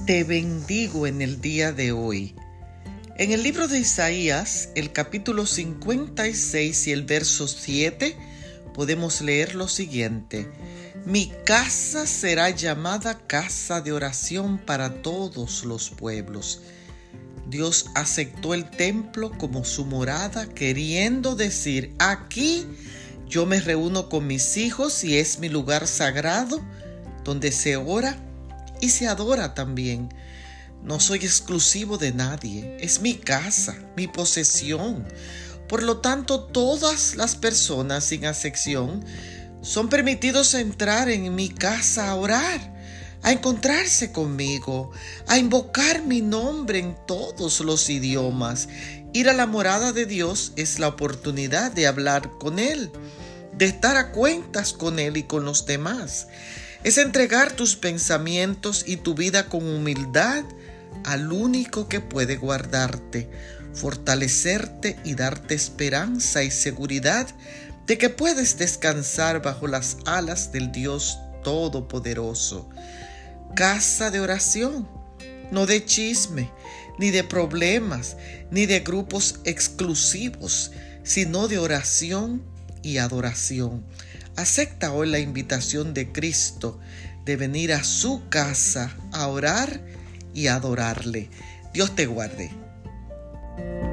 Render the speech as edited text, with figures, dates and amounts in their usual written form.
Te bendigo en el día de hoy. En el libro de Isaías, el capítulo 56 y el verso 7, podemos leer lo siguiente: Mi casa será llamada casa de oración para todos los pueblos. Dios aceptó el templo como su morada, queriendo decir: aquí yo me reúno con mis hijos y es mi lugar sagrado, donde se ora y se adora también. No soy exclusivo de nadie, es mi casa, mi posesión. Por lo tanto, todas las personas, sin excepción, son permitidos entrar en mi casa a orar, a encontrarse conmigo, a invocar mi nombre en todos los idiomas. Ir a la morada de Dios es la oportunidad de hablar con Él, de estar a cuentas con Él y con los demás. Es entregar tus pensamientos y tu vida con humildad al único que puede guardarte, fortalecerte y darte esperanza y seguridad de que puedes descansar bajo las alas del Dios Todopoderoso. Casa de oración, no de chisme, ni de problemas, ni de grupos exclusivos, sino de oración y adoración. Acepta hoy la invitación de Cristo de venir a su casa a orar y adorarle. Dios te guarde.